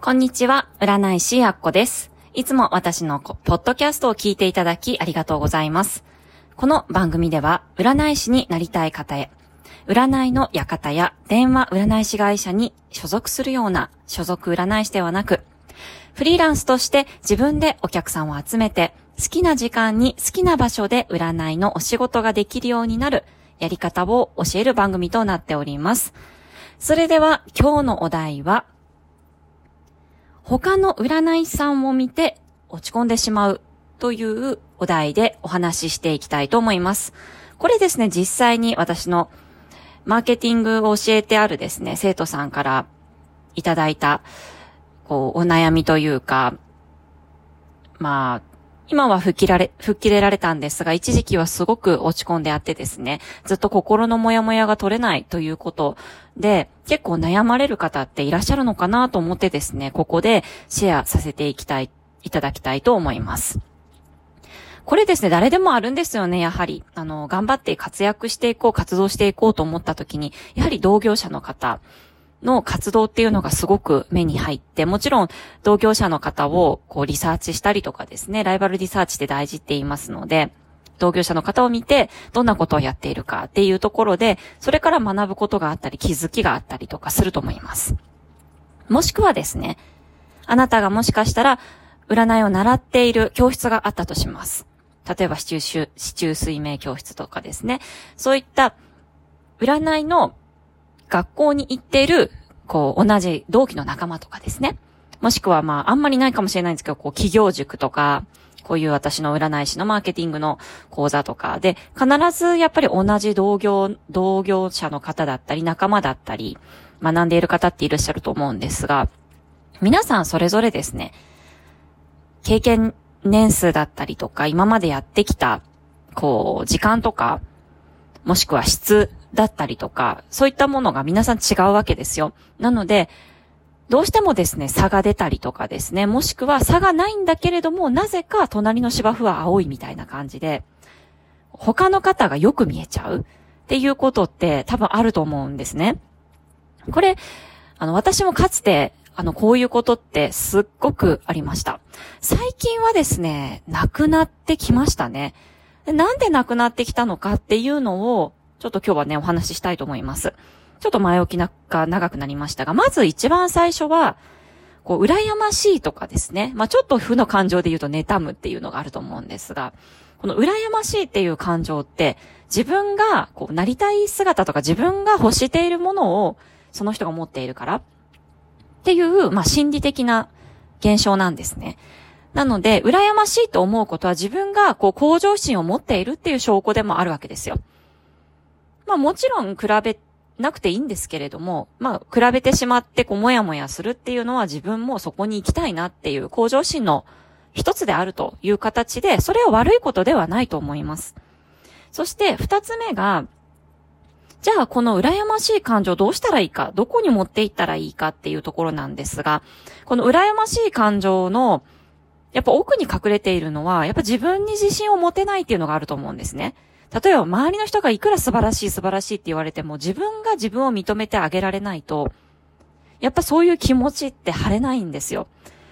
こんにちは、占い師あっこです。いつも私のポッドキャストを聞いていただきありがとうございます。この番組では、占い師になりたい方へ、占いの館や電話占い師会社に所属するような所属占い師ではなく、フリーランスとして自分でお客さんを集めて、好きな時間に好きな場所で占いのお仕事ができるようになるやり方を教える番組となっております。それでは今日のお題は、他の占い師さんを見て落ち込んでしまうというお題でお話ししていきたいと思います。これですね、実際に私のマーケティングを教えてあるですね、生徒さんからいただいた、お悩みというか、今は吹っ切れられたんですが、一時期はすごく落ち込んであってですね、ずっと心のモヤモヤが取れないということで、結構悩まれる方っていらっしゃるのかなと思ってですね、ここでシェアさせていただきたいと思います。これですね、誰でもあるんですよね、やはり。頑張って活躍していこう、活動していこうと思った時に、やはり同業者の方の活動っていうのがすごく目に入って、もちろん同業者の方をリサーチしたりとかですね、ライバルリサーチって大事って言いますので、同業者の方を見てどんなことをやっているかっていうところで、それから学ぶことがあったり気づきがあったりとかすると思います。もしくはですね、あなたがもしかしたら占いを習っている教室があったとします。例えば四柱推命教室とかですね、そういった占いの学校に行っている、同じ同期の仲間とかですね。もしくはあんまりないかもしれないんですけど、企業塾とか、こういう私の占い師のマーケティングの講座とかで、必ずやっぱり同じ同業者の方だったり、仲間だったり、学んでいる方っていらっしゃると思うんですが、皆さんそれぞれですね、経験年数だったりとか、今までやってきた、時間とか、もしくは質だったりとか、そういったものが皆さん違うわけですよ。なので、どうしてもですね、差が出たりとかですね、もしくは差がないんだけれども、なぜか隣の芝生は青いみたいな感じで、他の方がよく見えちゃうっていうことって多分あると思うんですね。これ、私もかつて、こういうことってすっごくありました。最近はですね、なくなってきましたね。なんでなくなってきたのかっていうのを、ちょっと今日はね、お話ししたいと思います。ちょっと前置きが長くなりましたが、まず一番最初は、羨ましいとかですね。ちょっと負の感情で言うと妬むっていうのがあると思うんですが、この羨ましいっていう感情って、自分がなりたい姿とか自分が欲しているものをその人が持っているからっていう、心理的な現象なんですね。なので、羨ましいと思うことは自分が向上心を持っているっていう証拠でもあるわけですよ。もちろん比べなくていいんですけれども、比べてしまってもやもやするっていうのは自分もそこに行きたいなっていう向上心の一つであるという形で、それは悪いことではないと思います。そして二つ目が、じゃあこの羨ましい感情どうしたらいいか、どこに持っていったらいいかっていうところなんですが、この羨ましい感情のやっぱ奥に隠れているのは、やっぱ自分に自信を持てないっていうのがあると思うんですね。例えば周りの人がいくら素晴らしいって言われても、自分が自分を認めてあげられないと、やっぱそういう気持ちって晴れないんですよ。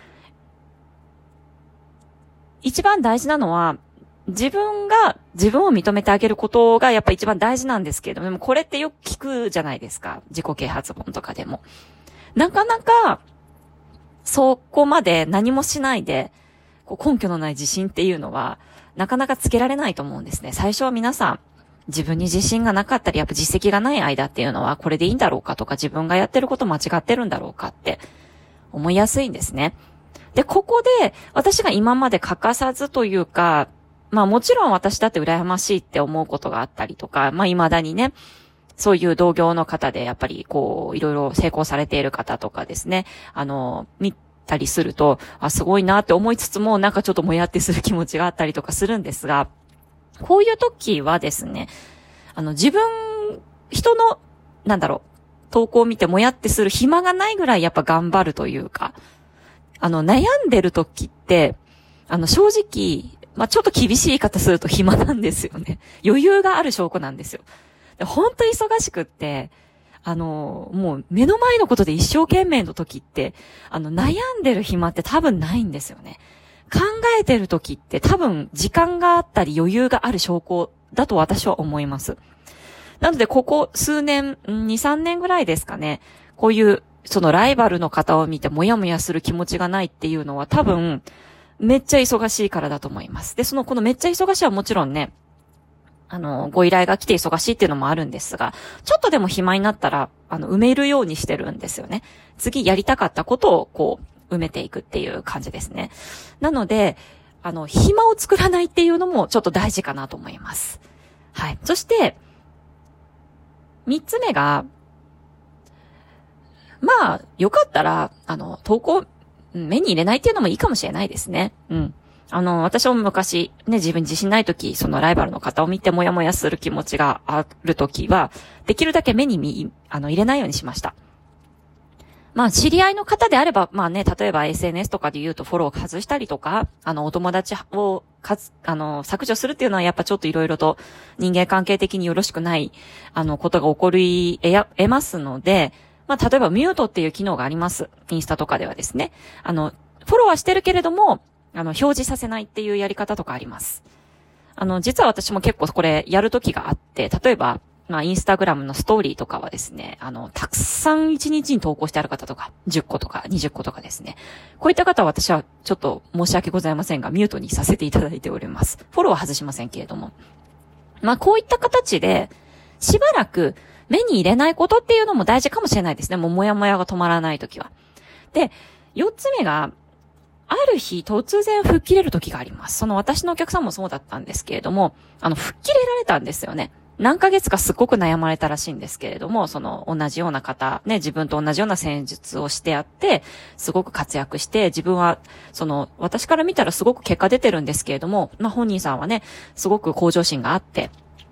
一番大事なのは、自分が自分を認めてあげることがやっぱ一番大事なんですけれども、でもこれってよく聞くじゃないですか。自己啓発本とかでも。なかなか、そこまで何もしないで、根拠のない自信っていうのは、なかなかつけられないと思うんですね。最初は皆さん、自分に自信がなかったり、やっぱ実績がない間っていうのは、これでいいんだろうかとか、自分がやってること間違ってるんだろうかって思いやすいんですね。で、ここで、私が今まで欠かさずというか、もちろん私だって羨ましいって思うことがあったりとか、未だにね、そういう同業の方で、やっぱりいろいろ成功されている方とかですね、見たりすると、すごいなって思いつつも、なんかちょっともやってする気持ちがあったりとかするんですが、こういう時はですね、人の、投稿を見てもやってする暇がないぐらいやっぱ頑張るというか、悩んでる時って、正直、ちょっと厳しい言い方すると暇なんですよね。余裕がある証拠なんですよ。本当に忙しくって、 もう目の前のことで一生懸命の時って、悩んでる暇って多分ないんですよね。考えてる時って多分時間があったり余裕がある証拠だと私は思います。なのでここ数年、2、3年ぐらいですかね、こういうそのライバルの方を見てもやもやする気持ちがないっていうのは多分めっちゃ忙しいからだと思います。で、このめっちゃ忙しいはもちろんね、ご依頼が来て忙しいっていうのもあるんですが、ちょっとでも暇になったら、埋めるようにしてるんですよね。次やりたかったことをこう、埋めていくっていう感じですね。なので、暇を作らないっていうのもちょっと大事かなと思います。はい。そして、3つ目が、まあ、よかったら、投稿、目に入れないっていうのもいいかもしれないですね。うん。私も昔、ね、自分自信ないとき、そのライバルの方を見てもやもやする気持ちがあるときは、できるだけ目に入れないようにしました。まあ、知り合いの方であれば、まあね、例えば SNS とかで言うとフォロー外したりとか、お友達を削除するっていうのはやっぱちょっといろいろと人間関係的によろしくない、ことが起こり得ますので、まあ、例えばミュートっていう機能があります。インスタとかではですね。フォローはしてるけれども、表示させないっていうやり方とかあります。実は私も結構これやるときがあって、例えば、まあ、インスタグラムのストーリーとかはですね、たくさん1日に投稿してある方とか、10個とか20個とかですね。こういった方は私はちょっと申し訳ございませんが、ミュートにさせていただいております。フォローは外しませんけれども。まあ、こういった形で、しばらく目に入れないことっていうのも大事かもしれないですね。もうもやもやが止まらないときは。で、4つ目が、ある日突然吹っ切れる時があります。その私のお客さんもそうだったんですけれども、吹っ切れられたんですよね。何ヶ月かすっごく悩まれたらしいんですけれども、その同じような方、ね、自分と同じような戦術をしてあって、すごく活躍して、自分は、私から見たらすごく結果出てるんですけれども、まあ本人さんはね、すごく向上心があって、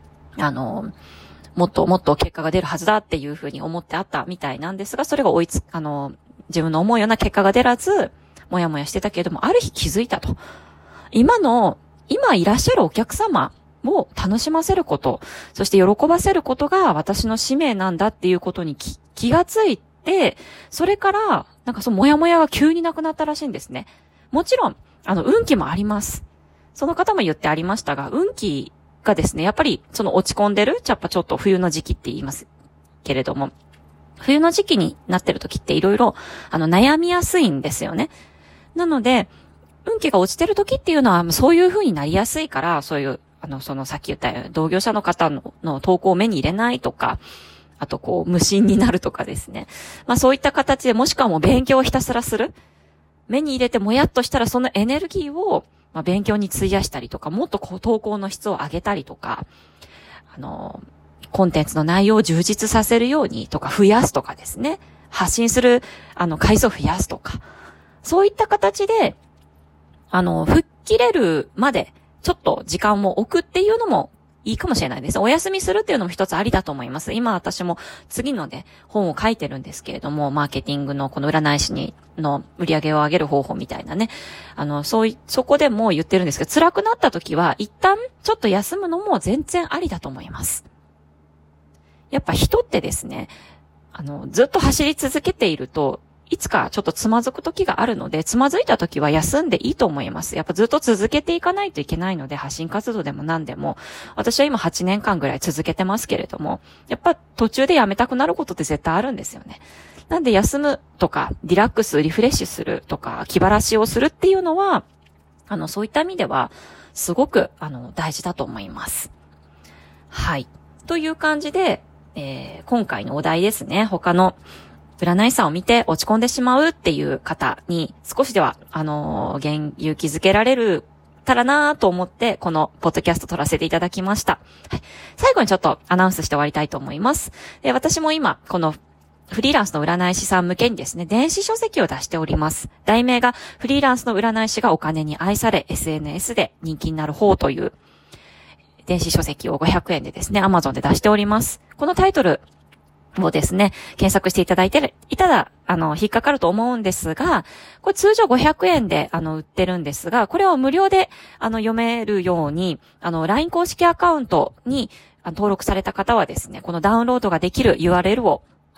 もっともっと結果が出るはずだっていうふうに思ってあったみたいなんですが、それが自分の思うような結果が出らず、もやもやしてたけれども、ある日気づいたと。今いらっしゃるお客様を楽しませること、そして喜ばせることが私の使命なんだっていうことに気がついて、それから、なんかそのもやもやが急になくなったらしいんですね。もちろん、運気もあります。その方も言ってありましたが、運気がですね、やっぱりその落ち込んでる、やっぱちょっと冬の時期って言いますけれども、冬の時期になってる時っていろいろ、悩みやすいんですよね。なので、運気が落ちてる時っていうのはそういう風になりやすいから、そういう、さっき言ったように同業者の方の投稿を目に入れないとか、あとこう、無心になるとかですね。まあそういった形でもしくはもう勉強をひたすらする。目に入れてもやっとしたらそのエネルギーを、まあ、勉強に費やしたりとか、もっとこう投稿の質を上げたりとか、コンテンツの内容を充実させるようにとか増やすとかですね。発信する、回数を増やすとか。そういった形で、吹っ切れるまで、ちょっと時間を置くっていうのもいいかもしれないです。お休みするっていうのも一つありだと思います。今私も次のね、本を書いてるんですけれども、マーケティングのこの占い師の売り上げを上げる方法みたいなね。そこでも言ってるんですけど、辛くなった時は一旦ちょっと休むのも全然ありだと思います。やっぱ人ってですね、ずっと走り続けていると、いつかちょっとつまずく時があるので、つまずいた時は休んでいいと思います。やっぱずっと続けていかないといけないので、発信活動でも何でも。私は今8年間ぐらい続けてますけれども、やっぱ途中でやめたくなることって絶対あるんですよね。なんで休むとか、リラックス、リフレッシュするとか、気晴らしをするっていうのは、そういった意味では、すごく、大事だと思います。はい。という感じで、今回のお題ですね。他の占い師さんを見て落ち込んでしまうっていう方に少しでは、勇気づけられるたらなと思って、このポッドキャスト撮らせていただきました。はい、最後にちょっとアナウンスして終わりたいと思います。私も今、このフリーランスの占い師さん向けにですね、電子書籍を出しております。題名が、フリーランスの占い師がお金に愛され、SNS で人気になる方という、電子書籍を500円でですね、Amazon で出しております。このタイトル、をですね、検索していただいたら、引っかかると思うんですが、これ通常500円で、売ってるんですが、これを無料で、読めるように、LINE 公式アカウントに登録された方はですね、このダウンロードができる URL を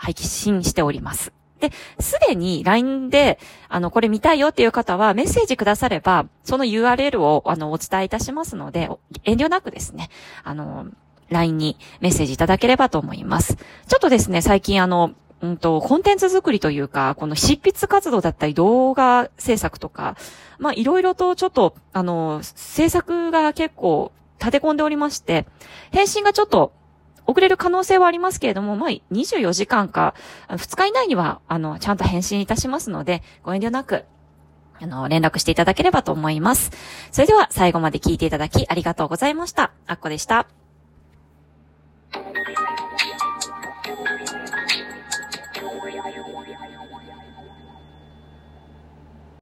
配信しております。で、すでに LINE で、これ見たいよっていう方はメッセージくだされば、その URL を、お伝えいたしますので、遠慮なくですね、LINE にメッセージいただければと思います。ちょっとですね、最近コンテンツ作りというか、この執筆活動だったり動画制作とか、いろいろとちょっと、制作が結構立て込んでおりまして、返信がちょっと遅れる可能性はありますけれども、24時間か、2日以内には、ちゃんと返信いたしますので、ご遠慮なく、連絡していただければと思います。それでは、最後まで聞いていただきありがとうございました。あっこでした。